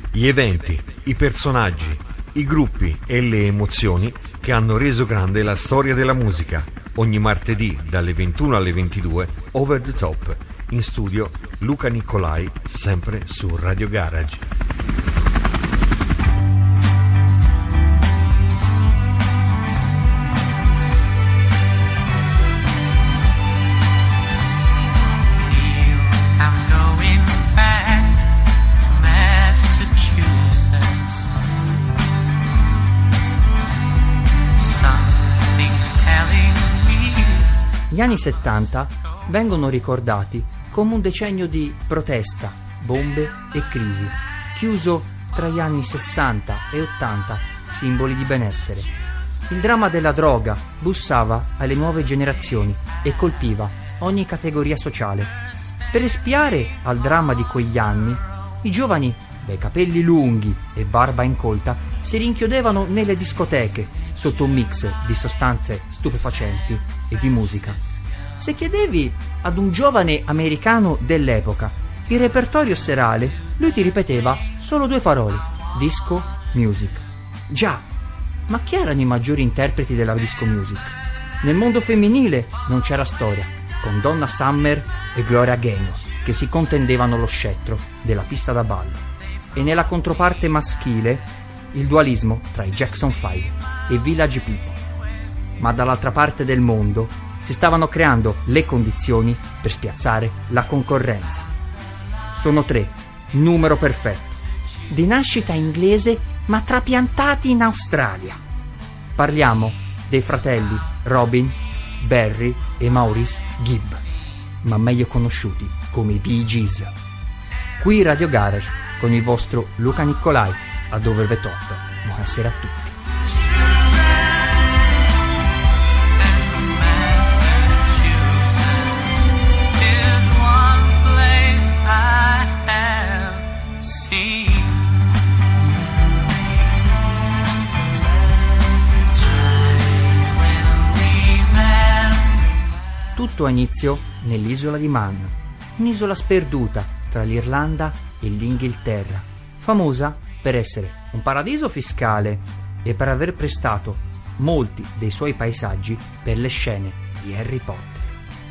Gli eventi, i personaggi, i gruppi e le emozioni che hanno reso grande la storia della musica. Ogni martedì dalle 21 alle 22, Over the Top. In studio Luca Nicolai, sempre su Radio Garage. Gli anni 70 vengono ricordati come un decennio di protesta, bombe e crisi, chiuso tra gli anni 60 e 80, simboli di benessere. Il dramma della droga bussava alle nuove generazioni e colpiva ogni categoria sociale. Per espiare al dramma di quegli anni, i giovani, dai capelli lunghi e barba incolta, si rinchiudevano nelle discoteche sotto un mix di sostanze stupefacenti e di musica. Se chiedevi ad un giovane americano dell'epoca il repertorio serale, lui ti ripeteva solo due parole: disco music. Già, ma chi erano i maggiori interpreti della disco music? Nel mondo femminile non c'era storia, con Donna Summer e Gloria Gaynor che si contendevano lo scettro della pista da ballo, e nella controparte maschile il dualismo tra i Jackson 5 e Village People. Ma dall'altra parte del mondo si stavano creando le condizioni per spiazzare la concorrenza. Sono tre, numero perfetto, di nascita inglese ma trapiantati in Australia. Parliamo dei fratelli Robin, Barry e Maurice Gibb, ma meglio conosciuti come i Bee Gees. Qui Radio Garage con il vostro Luca Nicolai ad Over the Top. Buonasera a tutti. Tutto ha inizio nell'isola di Man, un'isola sperduta tra l'Irlanda e l'Inghilterra, famosa per essere un paradiso fiscale e per aver prestato molti dei suoi paesaggi per le scene di Harry Potter.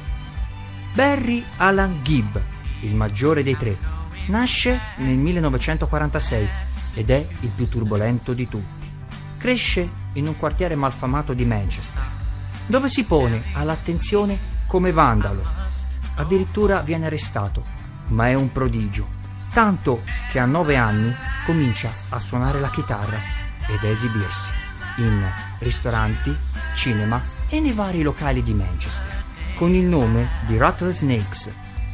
Barry Alan Gibb, il maggiore dei tre, nasce nel 1946 ed è il più turbolento di tutti. Cresce in un quartiere malfamato di Manchester, dove si pone all'attenzione come vandalo. Addirittura viene arrestato, ma è un prodigio, tanto che a 9 anni comincia a suonare la chitarra ed a esibirsi in ristoranti, cinema e nei vari locali di Manchester con il nome di Rattlesnakes.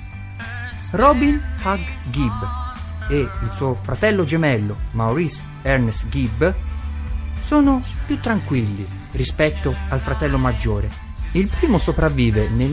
Robin Hug Gibb e il suo fratello gemello Maurice Ernest Gibb sono più tranquilli rispetto al fratello maggiore. Il primo sopravvive nel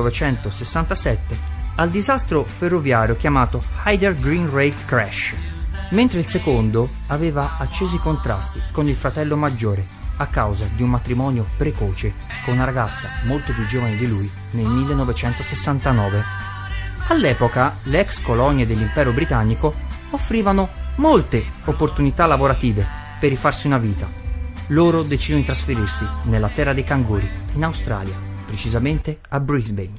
1967 al disastro ferroviario chiamato Hyder Green Rail Crash, mentre il secondo aveva accesi contrasti con il fratello maggiore a causa di un matrimonio precoce con una ragazza molto più giovane di lui nel 1969. All'epoca le ex colonie dell'impero britannico offrivano molte opportunità lavorative per rifarsi una vita. Loro decidono di trasferirsi nella terra dei canguri, in Australia, precisamente a Brisbane.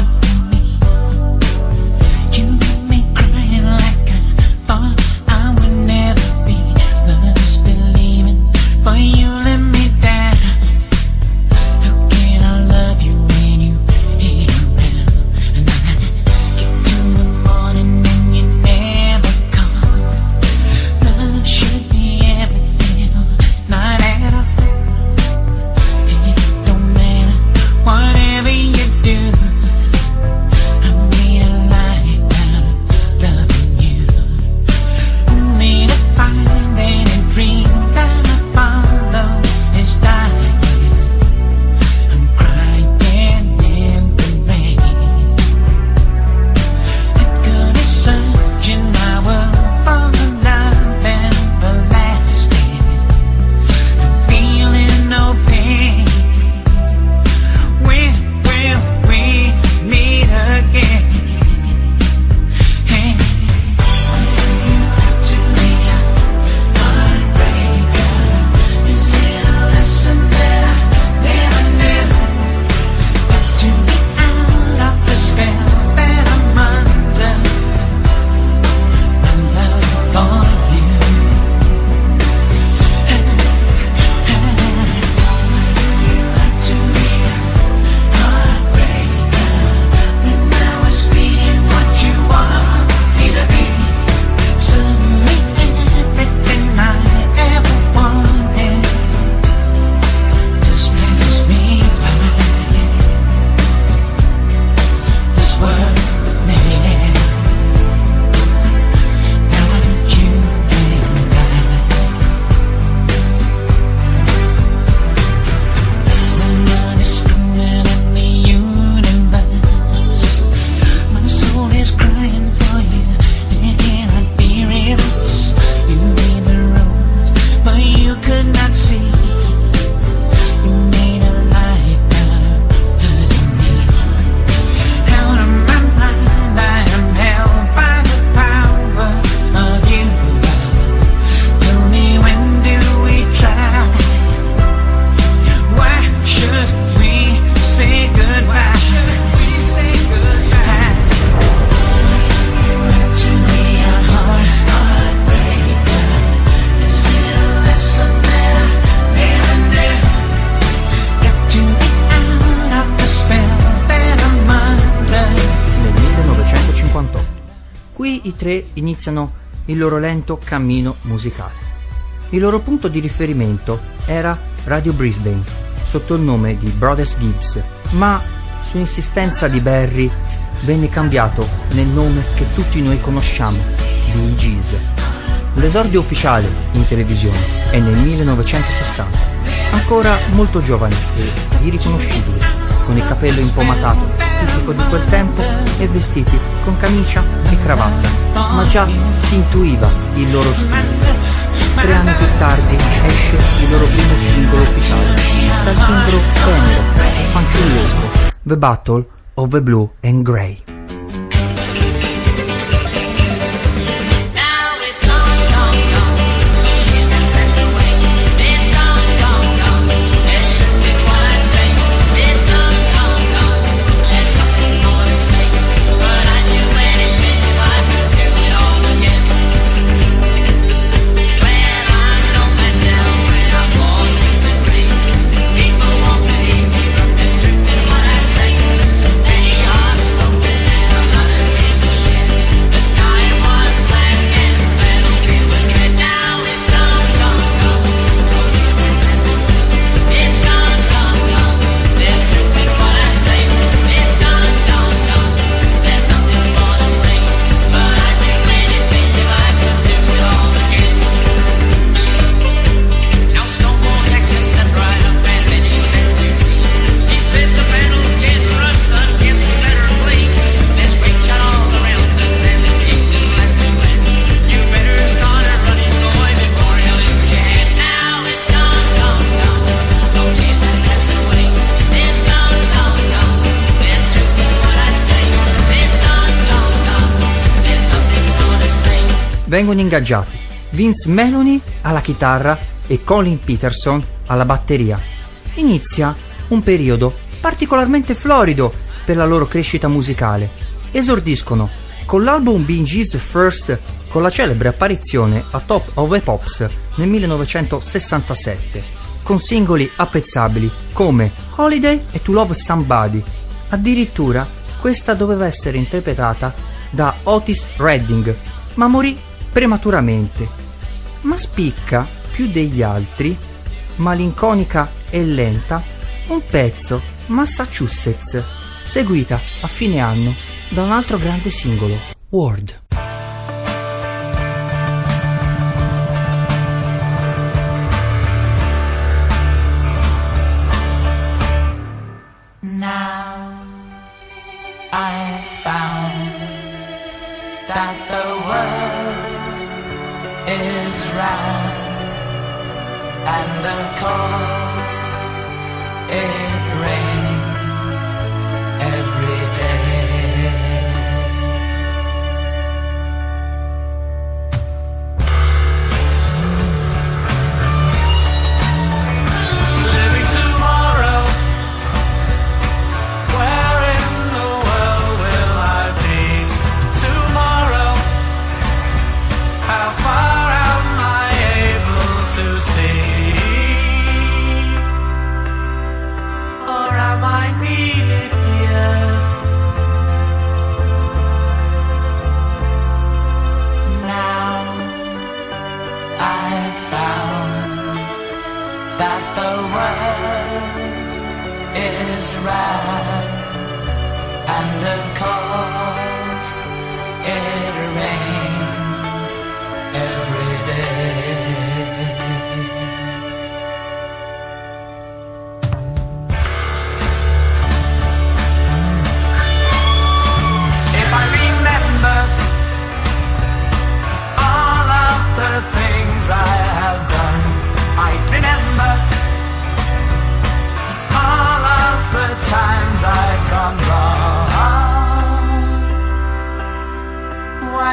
I tre iniziano il loro lento cammino musicale. Il loro punto di riferimento era Radio Brisbane, sotto il nome di Brothers Gibbs, ma su insistenza di Barry venne cambiato nel nome che tutti noi conosciamo, di Bee Gees. L'esordio ufficiale in televisione è nel 1960, ancora molto giovani e irriconoscibili, con il capello impomatato, tipico di quel tempo, e vestiti con camicia e cravatta, ma già si intuiva il loro stile. 3 anni più tardi esce il loro primo singolo ufficiale, dal timbro tenero e fanciullesco, The Battle of the Blue and Grey. Vengono ingaggiati Vince Melony alla chitarra e Colin Peterson alla batteria. Inizia un periodo particolarmente florido per la loro crescita musicale. Esordiscono con l'album Bee Gees First, con la celebre apparizione a Top of the Pops nel 1967, con singoli apprezzabili come Holiday e To Love Somebody. Addirittura questa doveva essere interpretata da Otis Redding, ma morì prematuramente. Ma spicca più degli altri, malinconica e lenta, un pezzo, Massachusetts, seguita a fine anno da un altro grande singolo, World. Now I found that the world is round, and of course it rains every day. Living tomorrow, where in the world will I be tomorrow? How far am I able to see? Or am I needed here? Now I've found that the world is round, and of course it rains every day. If I remember all of the things I have done, I remember all of the times I've gone wrong.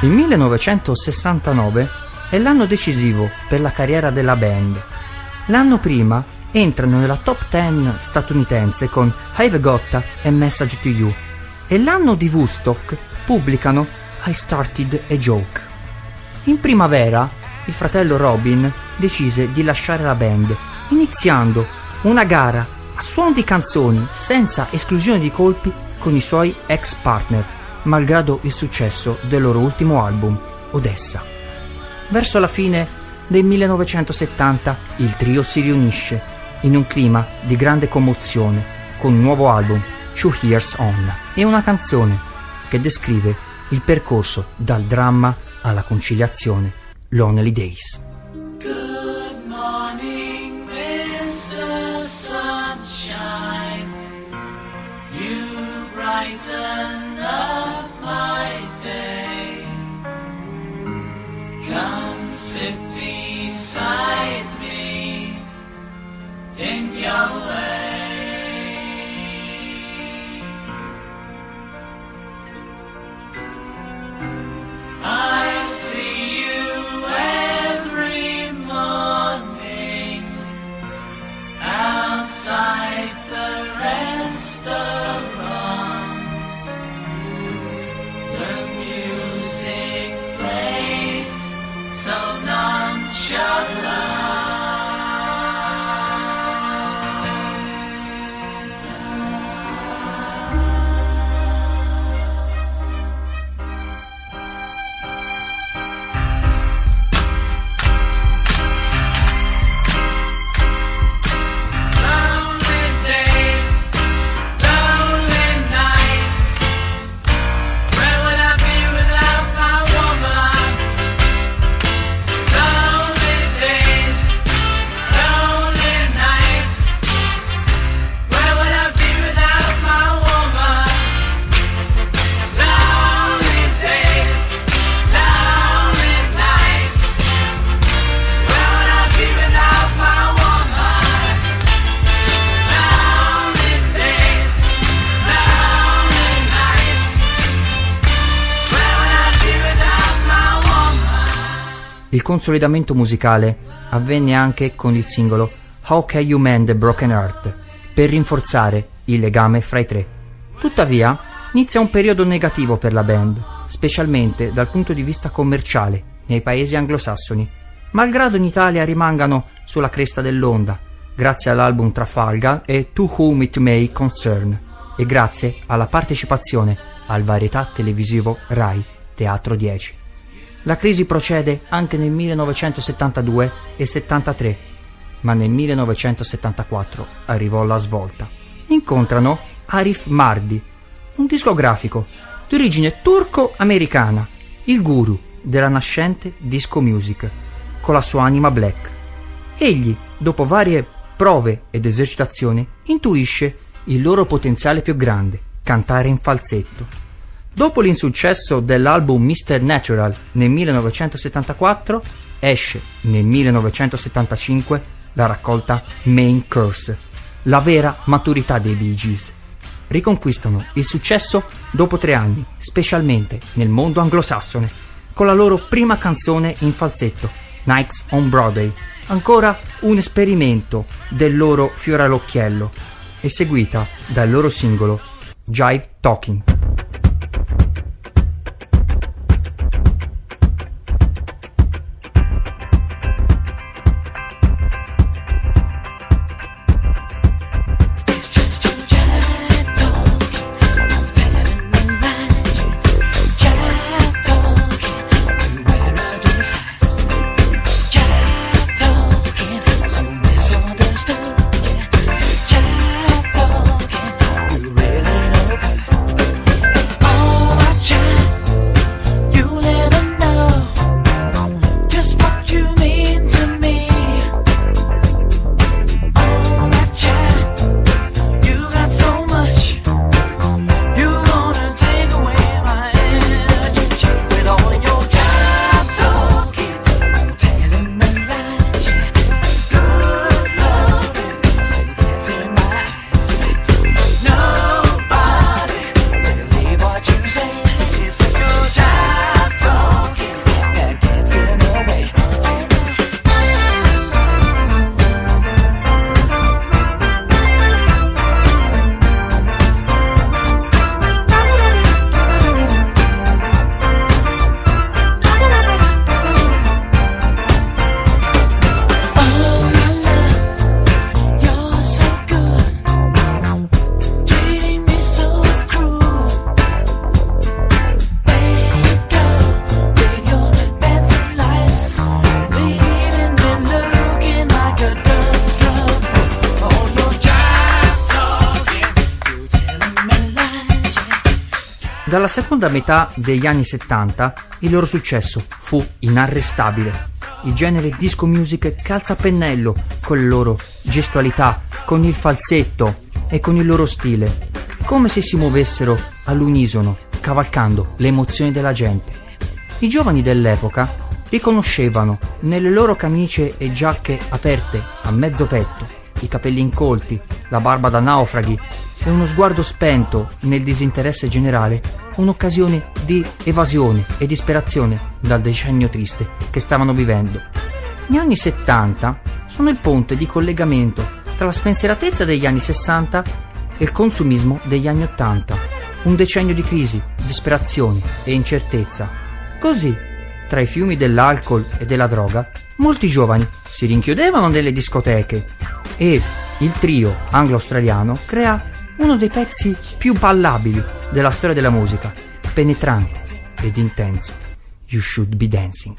Il 1969 è l'anno decisivo per la carriera della band. L'anno prima entrano nella top 10 statunitense con I've Gotta e Message to You e l'anno di Woodstock pubblicano I Started a Joke. In primavera il fratello Robin decise di lasciare la band, iniziando una gara a suono di canzoni senza esclusione di colpi con i suoi ex partner, malgrado il successo del loro ultimo album, Odessa. Verso la fine del 1970 il trio si riunisce in un clima di grande commozione con un nuovo album, 2 Years On, e una canzone che descrive il percorso dal dramma alla conciliazione, Lonely Days. Good morning, Mr. Sunshine. You brighten up my day. Come sit beside me in your way. I see you every morning outside the restaurants. The music plays so nonchalant. Il consolidamento musicale avvenne anche con il singolo How Can You Mend a Broken Heart, per rinforzare il legame fra i tre. Tuttavia, inizia un periodo negativo per la band, specialmente dal punto di vista commerciale nei paesi anglosassoni, malgrado in Italia rimangano sulla cresta dell'onda, grazie all'album Trafalgar e To Whom It May Concern, e grazie alla partecipazione al varietà televisivo Rai Teatro 10. La crisi procede anche nel 1972 e 73, ma nel 1974 arrivò la svolta. Incontrano Arif Mardi, un discografico di origine turco-americana, il guru della nascente disco music, con la sua anima black. Egli, dopo varie prove ed esercitazioni, intuisce il loro potenziale più grande, cantare in falsetto. Dopo l'insuccesso dell'album Mr. Natural nel 1974, esce nel 1975 la raccolta Main Course, la vera maturità dei Bee Gees. Riconquistano il successo dopo 3 anni, specialmente nel mondo anglosassone, con la loro prima canzone in falsetto, Nights on Broadway, ancora un esperimento del loro fiore all'occhiello, e seguita dal loro singolo Jive Talking. Dalla seconda metà degli anni 70 il loro successo fu inarrestabile. Il genere disco music calza a pennello con le loro gestualità, con il falsetto e con il loro stile, come se si muovessero all'unisono, cavalcando le emozioni della gente. I giovani dell'epoca riconoscevano nelle loro camicie e giacche aperte a mezzo petto, i capelli incolti, la barba da naufraghi e uno sguardo spento nel disinteresse generale un'occasione di evasione e disperazione dal decennio triste che stavano vivendo. Gli anni 70 sono il ponte di collegamento tra la spensieratezza degli anni 60 e il consumismo degli anni 80, un decennio di crisi, disperazione e incertezza. Così, tra i fiumi dell'alcol e della droga, molti giovani si rinchiudevano nelle discoteche e il trio anglo-australiano crea uno dei pezzi più ballabili della storia della musica, penetrante ed intenso. You Should Be Dancing.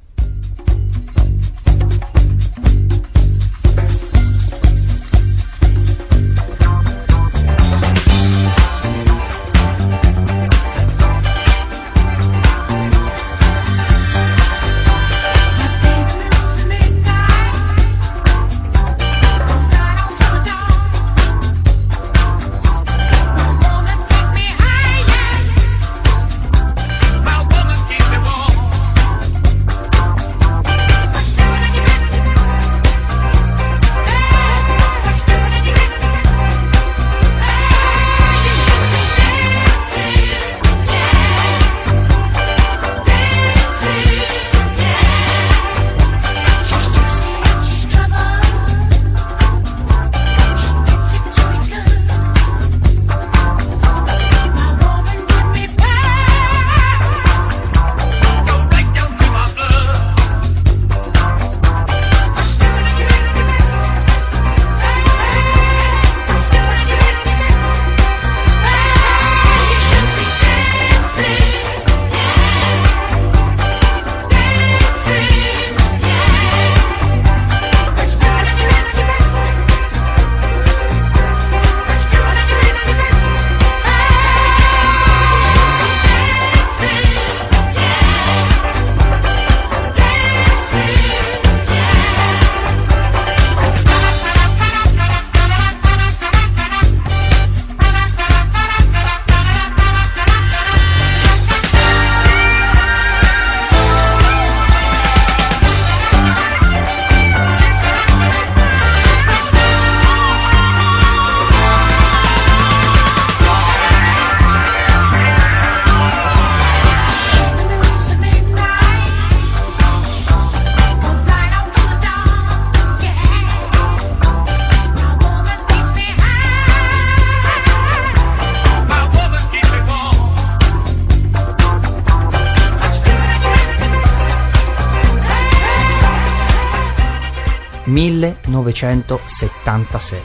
(1976).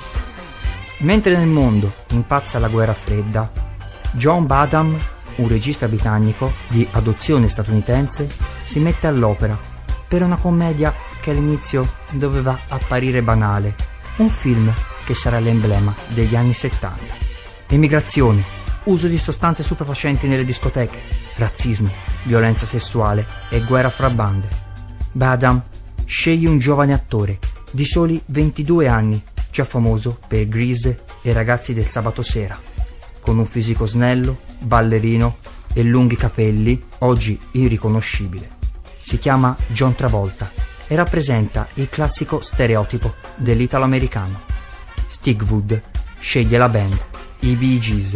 Mentre nel mondo impazza la guerra fredda, John Badham, un regista britannico di adozione statunitense, si mette all'opera per una commedia che all'inizio doveva apparire banale, un film che sarà l'emblema degli anni 70. Emigrazione, uso di sostanze stupefacenti nelle discoteche, razzismo, violenza sessuale e guerra fra bande. Badham sceglie un giovane attore di soli 22 anni, già famoso per Grease e Ragazzi del sabato sera, con un fisico snello, ballerino e lunghi capelli, oggi irriconoscibile. Si chiama John Travolta e rappresenta il classico stereotipo dell'italo-americano. Stigwood sceglie la band, i Bee Gees.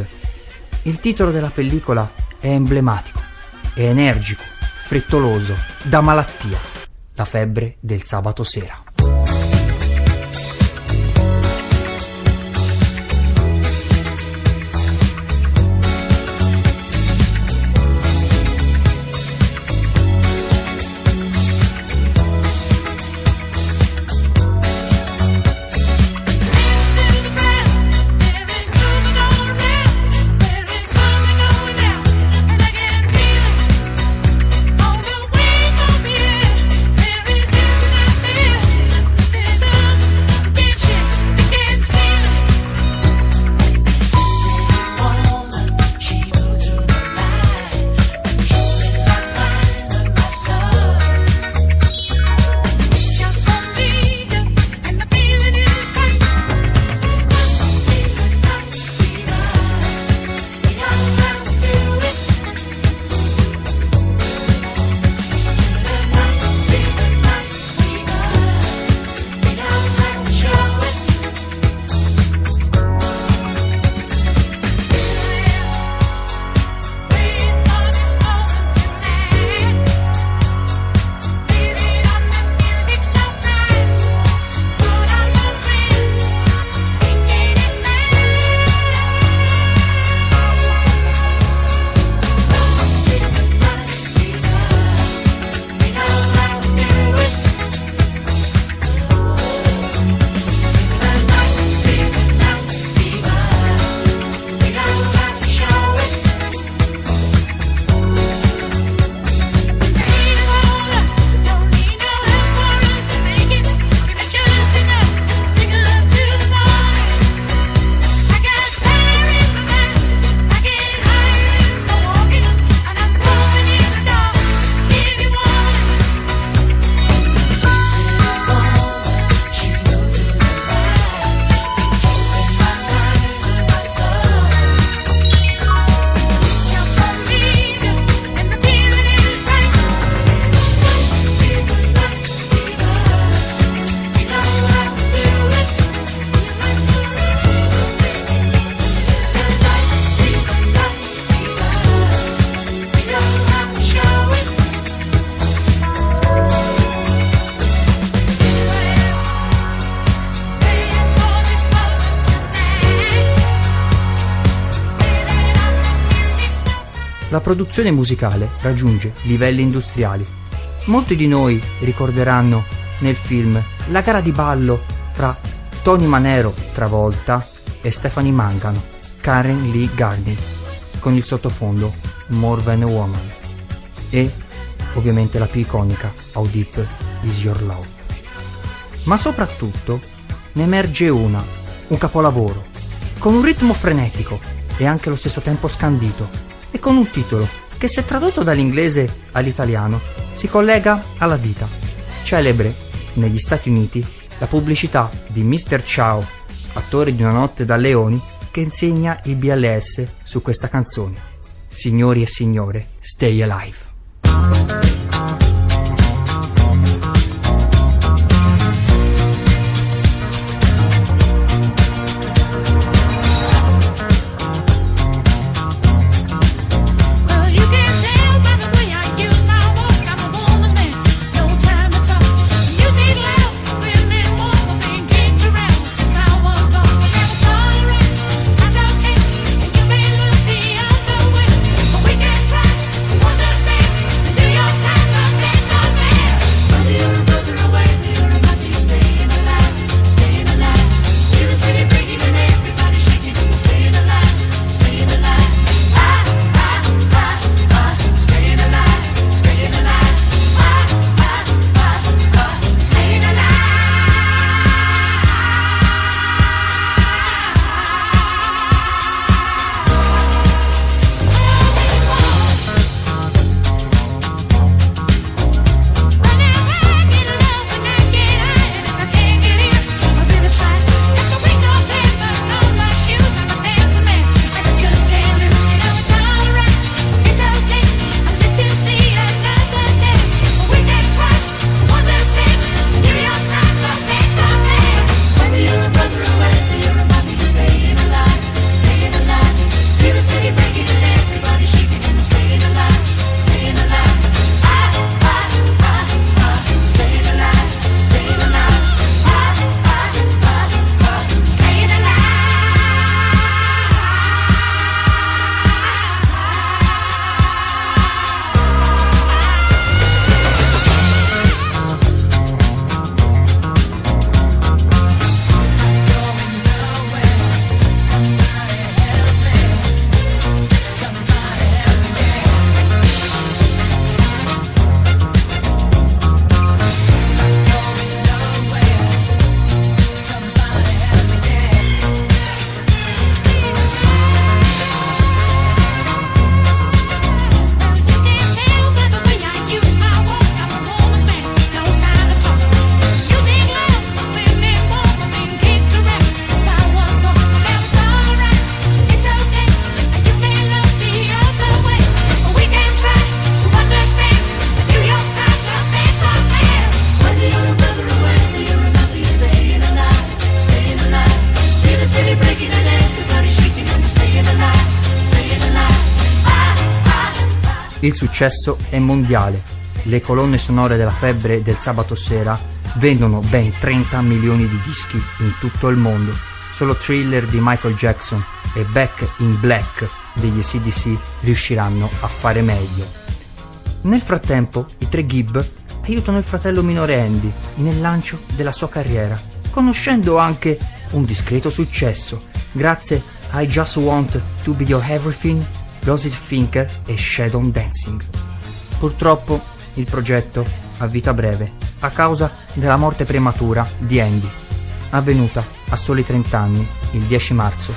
Il titolo della pellicola è emblematico, è energico, frettoloso, da malattia. La febbre del sabato sera. la produzione musicale raggiunge livelli industriali. Molti di noi ricorderanno nel film la gara di ballo tra Tony Manero, Travolta, e Stephanie Mangano, Karen Lee Gardner, con il sottofondo More Than a Woman, e ovviamente la più iconica How Deep Is Your Love. Ma soprattutto ne emerge un capolavoro, con un ritmo frenetico e anche allo stesso tempo scandito, e con un titolo che, se tradotto dall'inglese all'italiano, si collega alla vita. Celebre negli Stati Uniti la pubblicità di Mr. Chow, attore di Una notte da leoni, che insegna il BLS su questa canzone. Signori e signore, stay alive. Il successo è mondiale. Le colonne sonore della febbre del sabato sera vendono ben 30 milioni di dischi in tutto il mondo. Solo Thriller di Michael Jackson e Back in Black degli AC/DC riusciranno a fare meglio. Nel frattempo, i tre Gibb aiutano il fratello minore Andy nel lancio della sua carriera, conoscendo anche un discreto successo grazie a I Just Want to Be Your Everything, Rosy Finker e Shadow Dancing. Purtroppo il progetto ha vita breve a causa della morte prematura di Andy, avvenuta a soli 30 anni il 10 marzo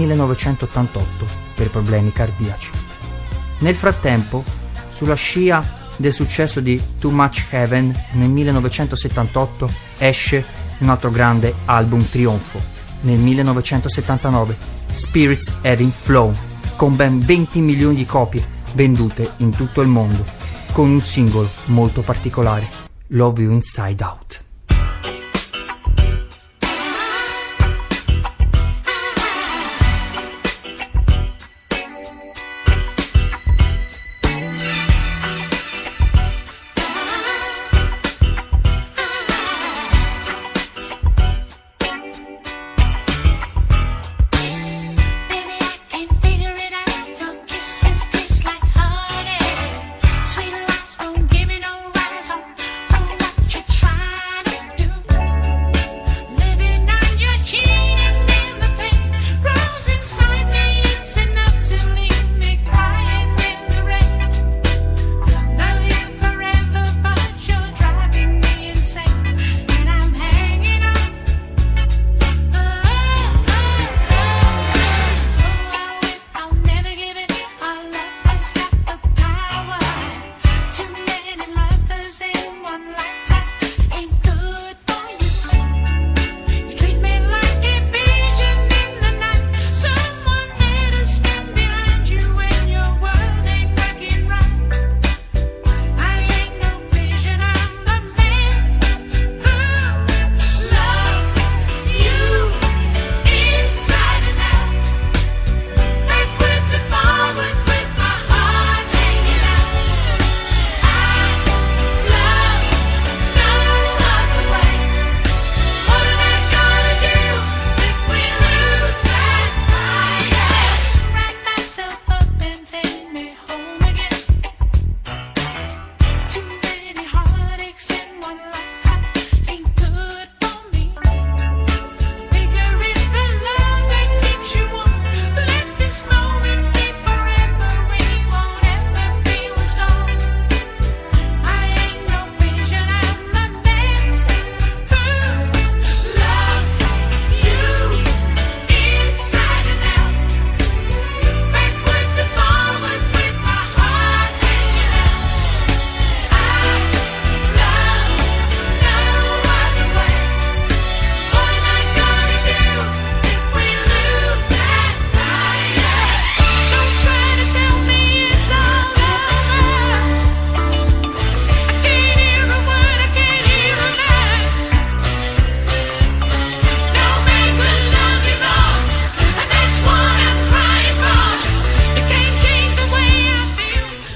1988 per problemi cardiaci. Nel frattempo, sulla scia del successo di Too Much Heaven, nel 1978 esce un altro grande album trionfo. Nel 1979 Spirits Having Flown, con ben 20 milioni di copie vendute in tutto il mondo, con un singolo molto particolare, Love You Inside Out. Baby, I can't figure it out. Your kisses taste like honey.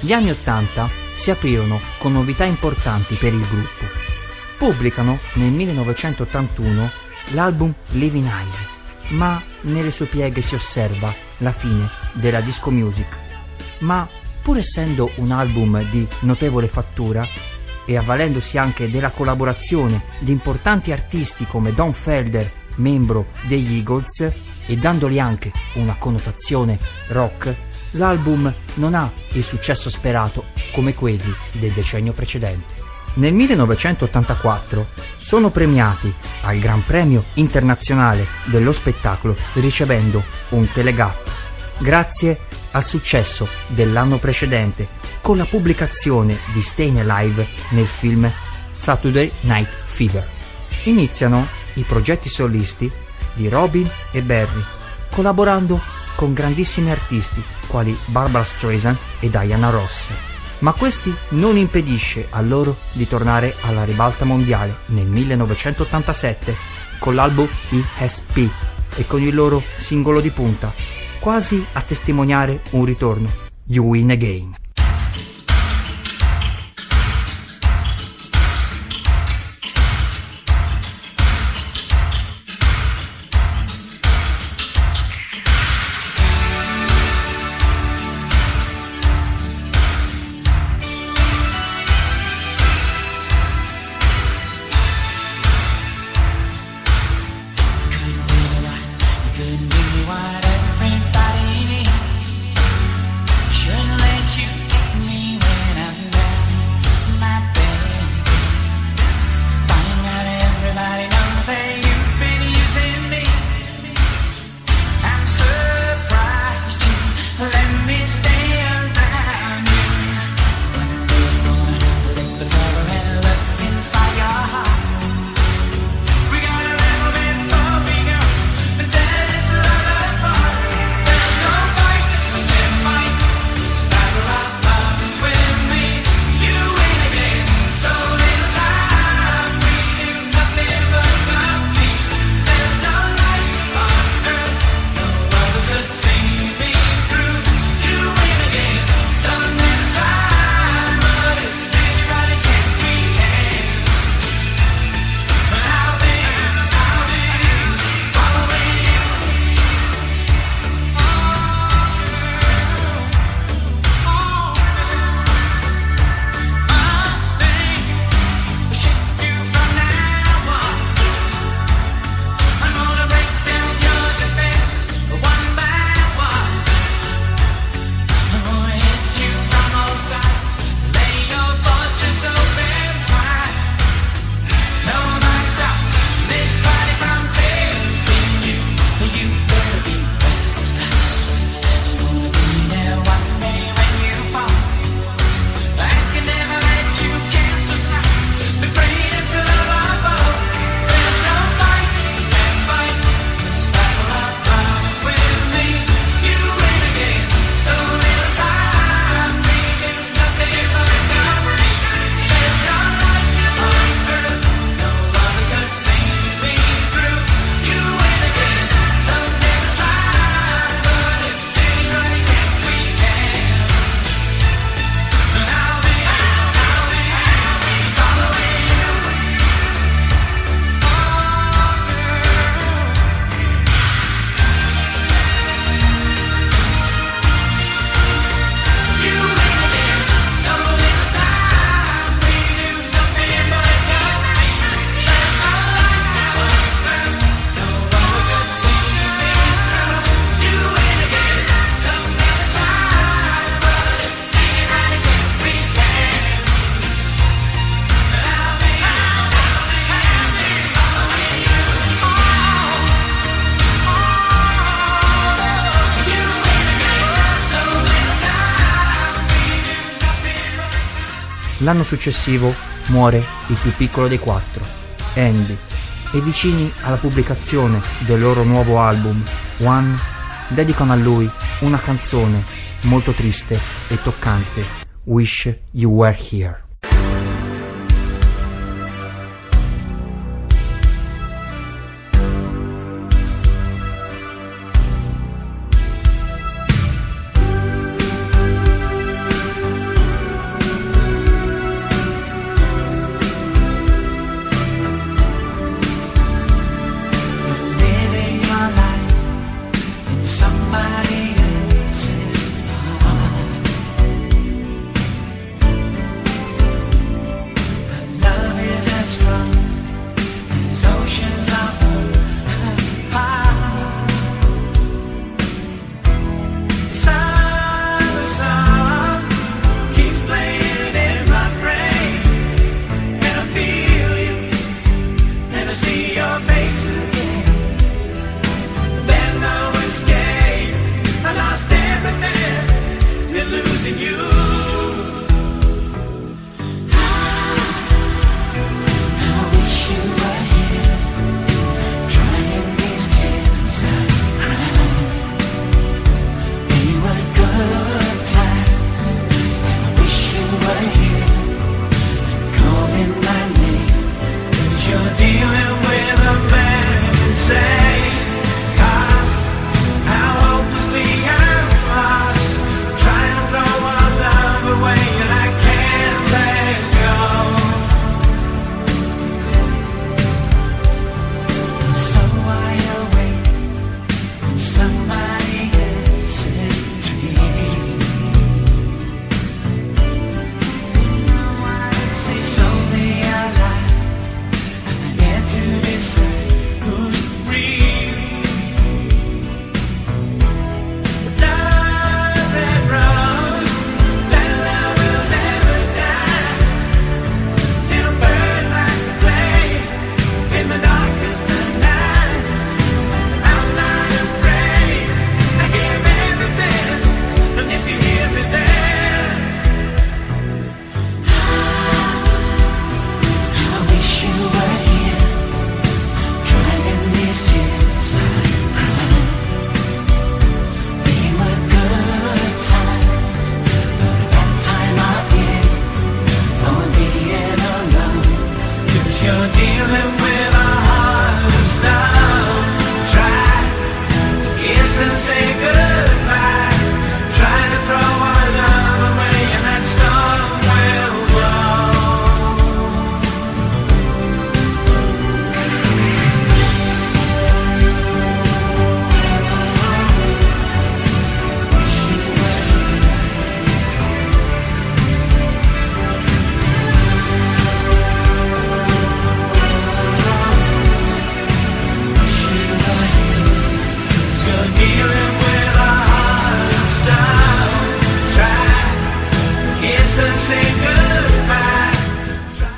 Gli anni '80 si aprirono con novità importanti per il gruppo. Pubblicano nel 1981 l'album Living Eyes, ma nelle sue pieghe si osserva la fine della disco music. Ma pur essendo un album di notevole fattura e avvalendosi anche della collaborazione di importanti artisti come Don Felder, membro degli Eagles, e dandogli anche una connotazione rock, l'album non ha il successo sperato come quelli del decennio precedente. Nel 1984 sono premiati al Gran Premio Internazionale dello Spettacolo ricevendo un telegatto, grazie al successo dell'anno precedente con la pubblicazione di Stayin' Alive nel film Saturday Night Fever. Iniziano i progetti solisti di Robin e Barry, collaborando con grandissimi artisti quali Barbra Streisand e Diana Ross. Ma questi non impedisce a loro di tornare alla ribalta mondiale nel 1987 con l'album ESP e con il loro singolo di punta, quasi a testimoniare un ritorno, You Win Again. L'anno successivo muore il più piccolo dei quattro, Andy, e vicini alla pubblicazione del loro nuovo album, One, dedicano a lui una canzone molto triste e toccante, Wish You Were Here.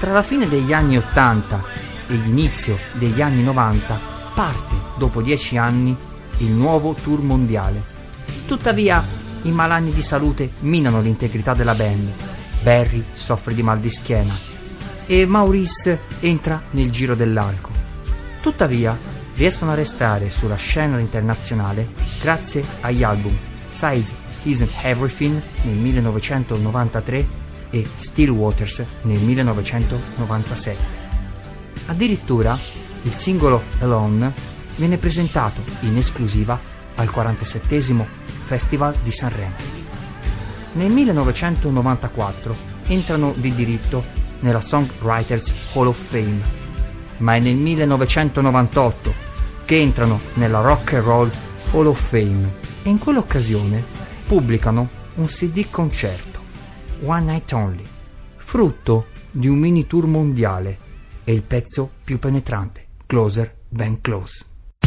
Tra la fine degli anni 80 e l'inizio degli anni 90 parte, dopo 10 anni, il nuovo tour mondiale. Tuttavia, i malanni di salute minano l'integrità della band. Barry soffre di mal di schiena e Maurice entra nel giro dell'alcol. Tuttavia, riescono a restare sulla scena internazionale grazie agli album Size Isn't Everything nel 1993 e Still Waters nel 1997. Addirittura il singolo Alone viene presentato in esclusiva al 47° Festival di Sanremo. Nel 1994 entrano di diritto nella Songwriters Hall of Fame, ma è nel 1998 che entrano nella Rock and Roll Hall of Fame e in quell'occasione pubblicano un CD concerto, One Night Only, frutto di un mini tour mondiale, e il pezzo più penetrante, Closer Than Close.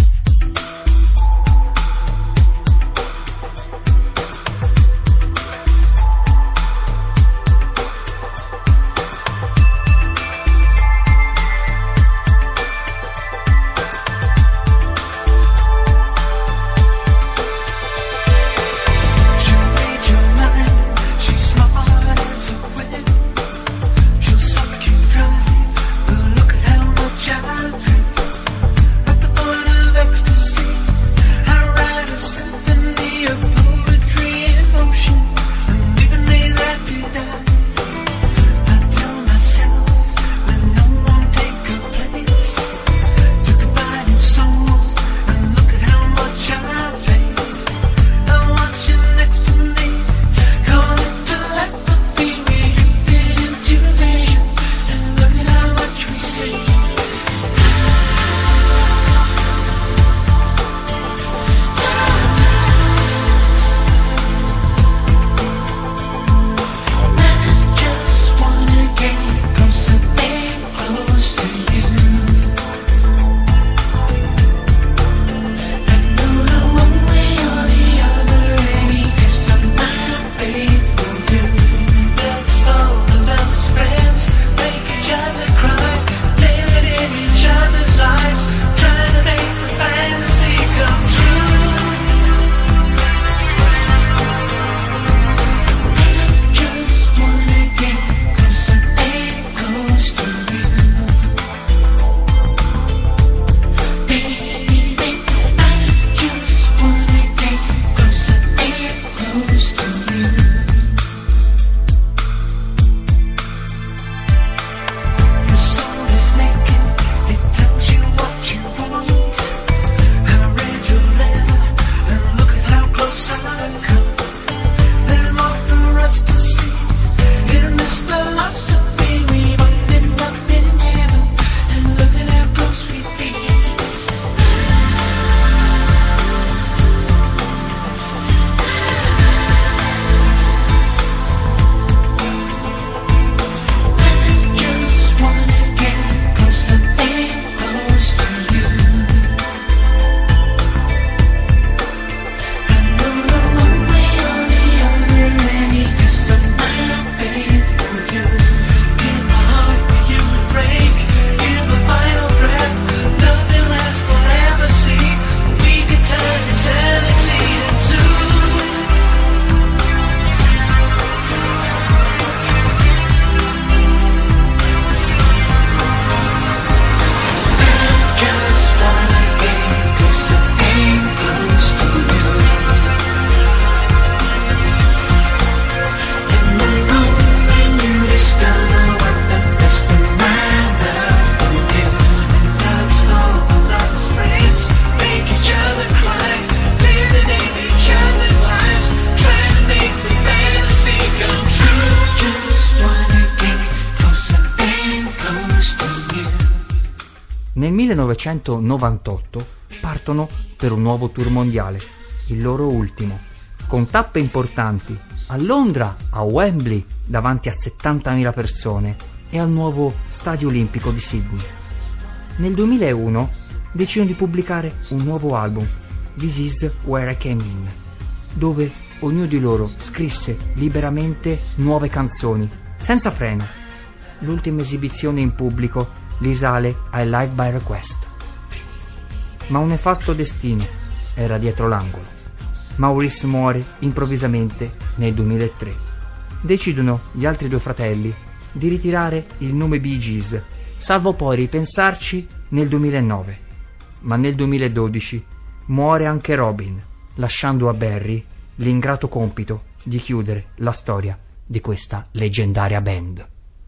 Nel 1998 partono per un nuovo tour mondiale, il loro ultimo, con tappe importanti a Londra, a Wembley, davanti a 70.000 persone, e al nuovo Stadio Olimpico di Sydney. Nel 2001 decidono di pubblicare un nuovo album, This Is Where I Came In, dove ognuno di loro scrisse liberamente nuove canzoni, senza freno. l'ultima esibizione in pubblico risale ai Live by Request. Ma un nefasto destino era dietro l'angolo. Maurice muore improvvisamente nel 2003. Decidono gli altri due fratelli di ritirare il nome Bee Gees, salvo poi ripensarci nel 2009. Ma nel 2012 muore anche Robin, lasciando a Barry l'ingrato compito di chiudere la storia di questa leggendaria band.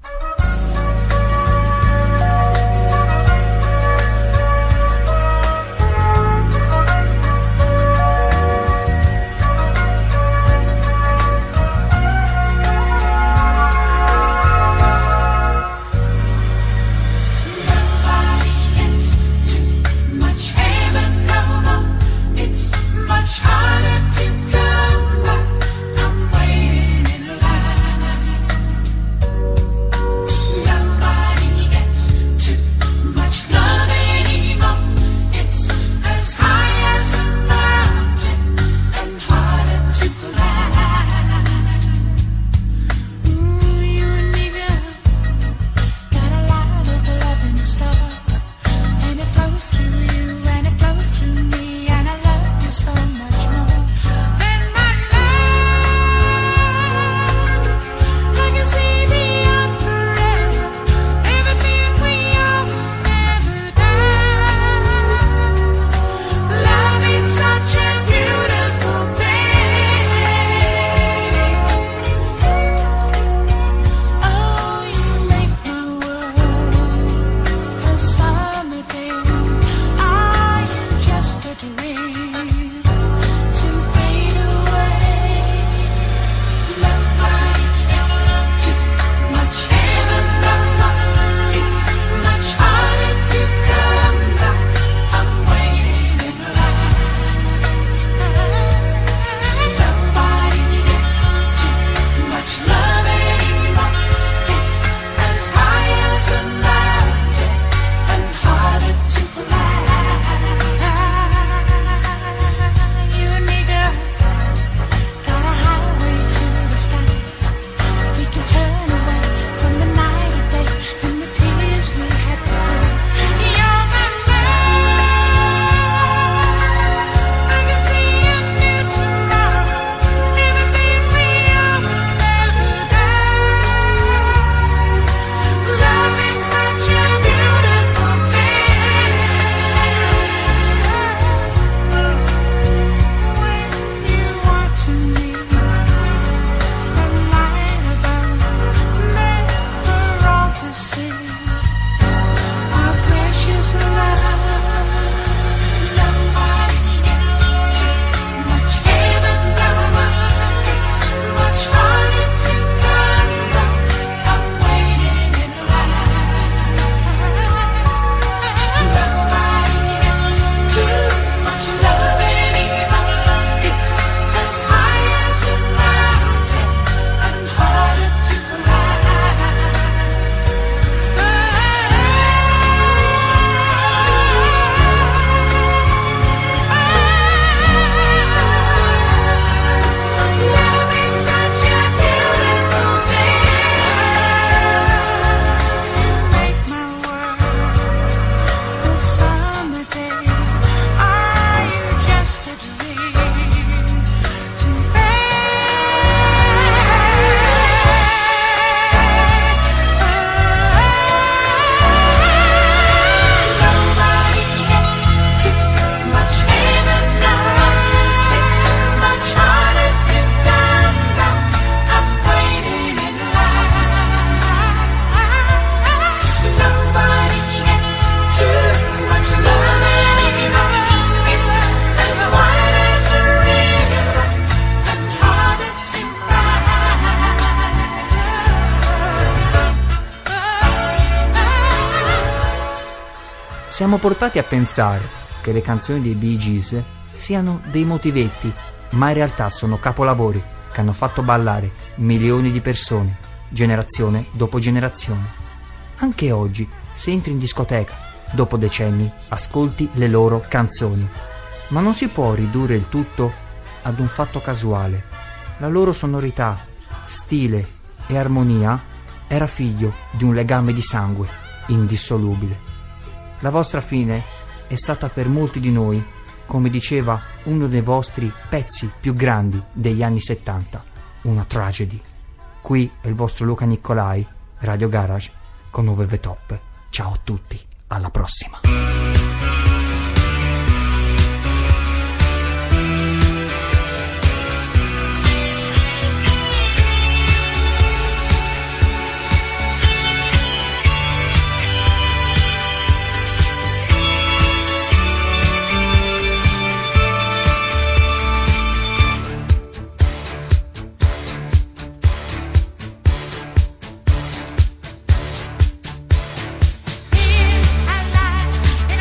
Siamo portati a pensare che le canzoni dei Bee Gees siano dei motivetti, ma in realtà sono capolavori che hanno fatto ballare milioni di persone, generazione dopo generazione. Anche oggi, se entri in discoteca, dopo decenni, ascolti le loro canzoni. Ma non si può ridurre il tutto ad un fatto casuale. La loro sonorità, stile e armonia era figlio di un legame di sangue indissolubile. La vostra fine è stata per molti di noi, come diceva uno dei vostri pezzi più grandi degli anni 70, una tragedy. Qui è il vostro Luca Nicolai, Radio Garage, con Over the Top. Ciao a tutti, alla prossima. In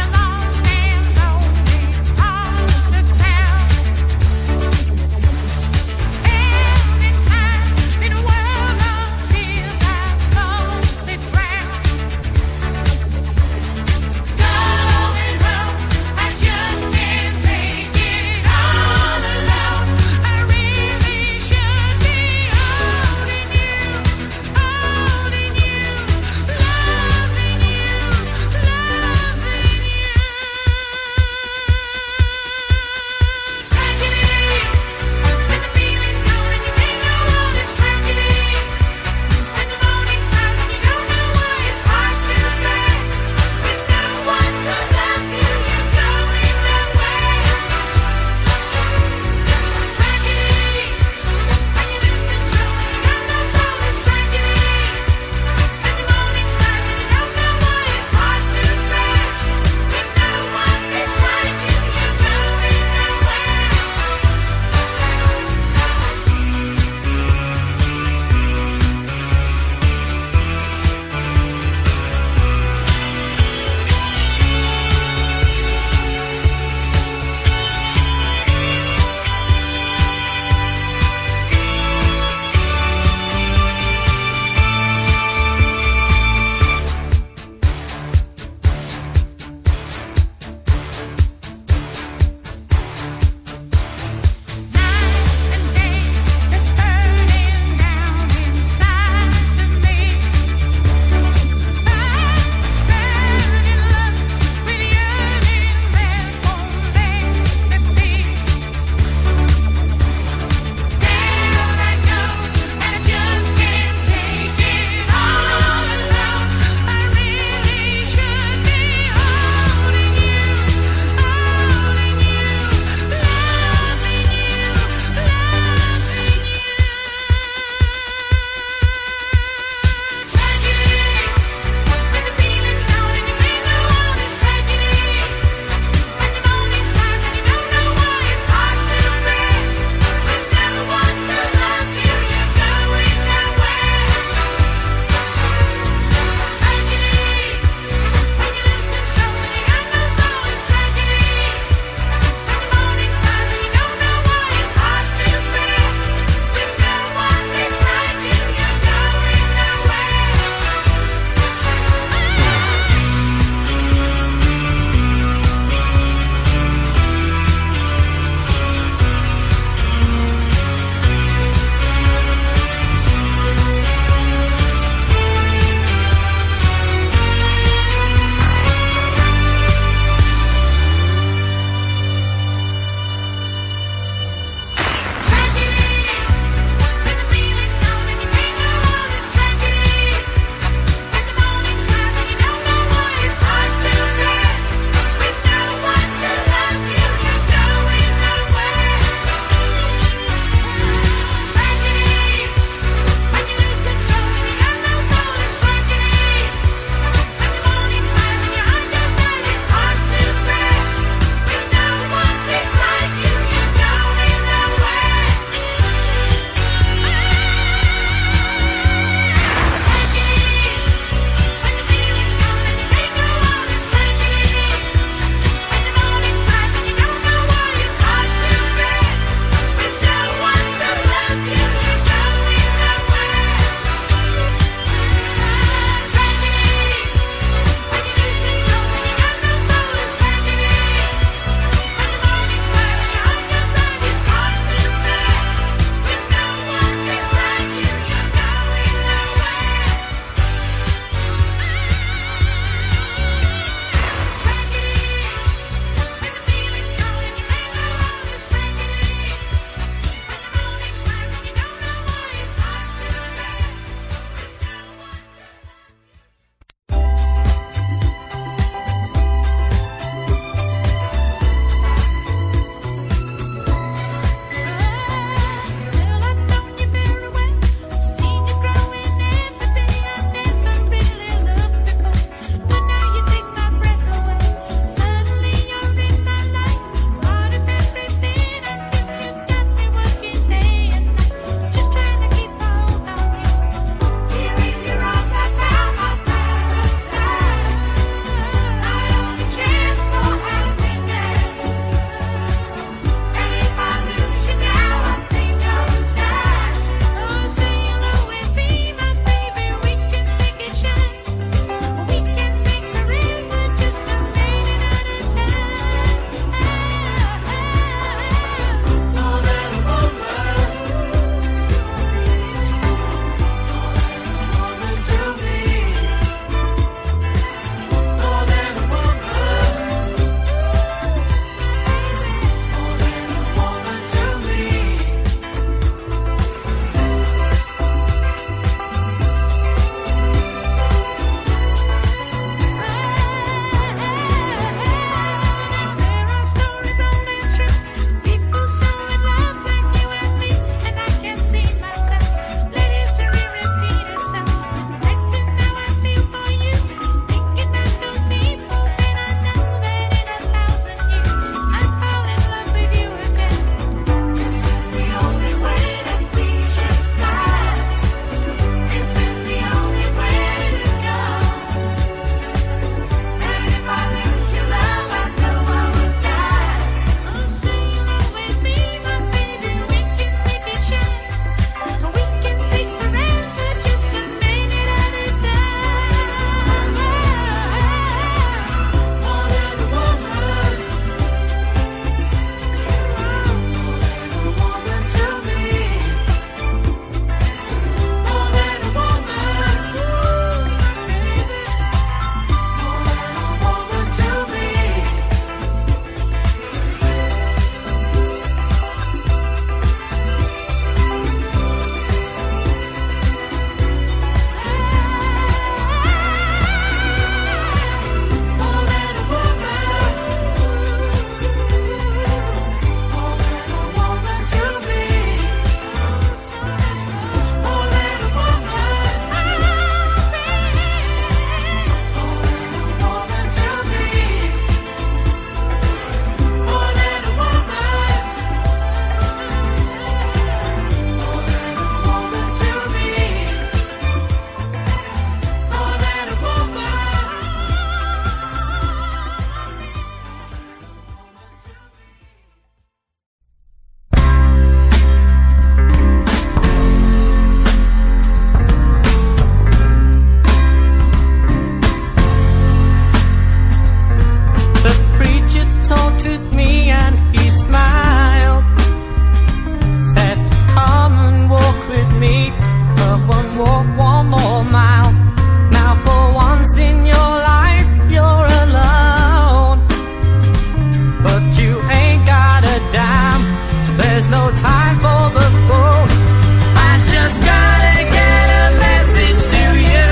at me and he smiled. Said, come and walk with me, come and walk one more mile. Now for once in your life you're alone, but you ain't got a dime, there's no time for the phone. I just gotta get a message to you.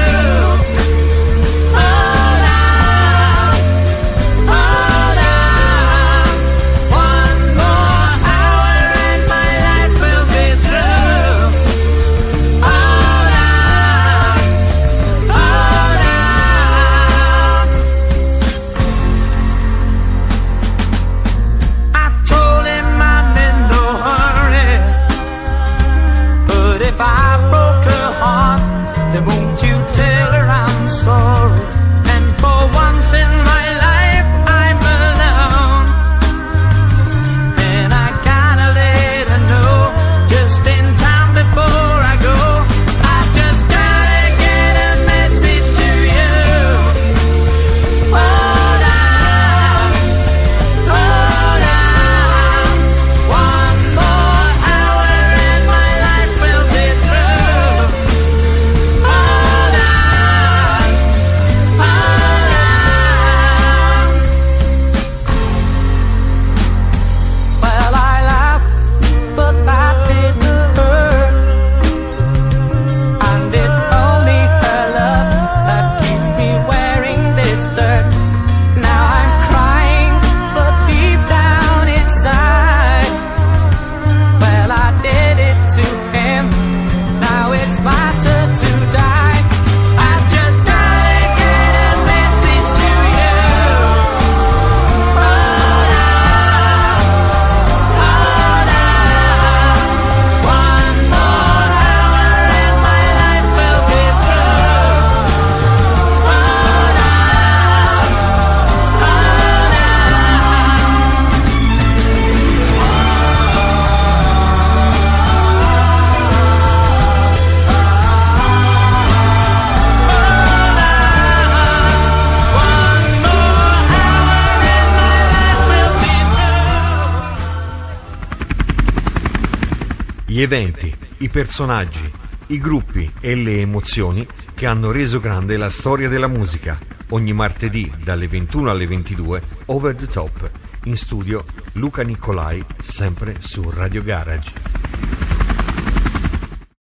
Hold on, hold on. One more hour and my life will be through. Hold on, hold on. I told him I'm in no hurry, but if I broke her heart, then won't you tell her I'm sorry? And for once in my life I'm alone, and I gotta let her know just in time before I go. I just gotta get a message to you. Hold on, hold on. One more hour and my life will be through. Hold on, hold on. Well, I laughed, but that didn't hurt. And it's only her love that keeps me wearing this dirt. Now I'm crying, but deep down inside, well, I did it to him. Now it's my turn to die. I just gotta get a message to you. Hold on, hold on. One more hour and my life will be through. Hold on, hold Gli eventi, i personaggi, i gruppi e le emozioni che hanno reso grande la storia della musica. Ogni martedì dalle 21 alle 22, Over the Top. In studio Luca Nicolai, sempre su Radio Garage.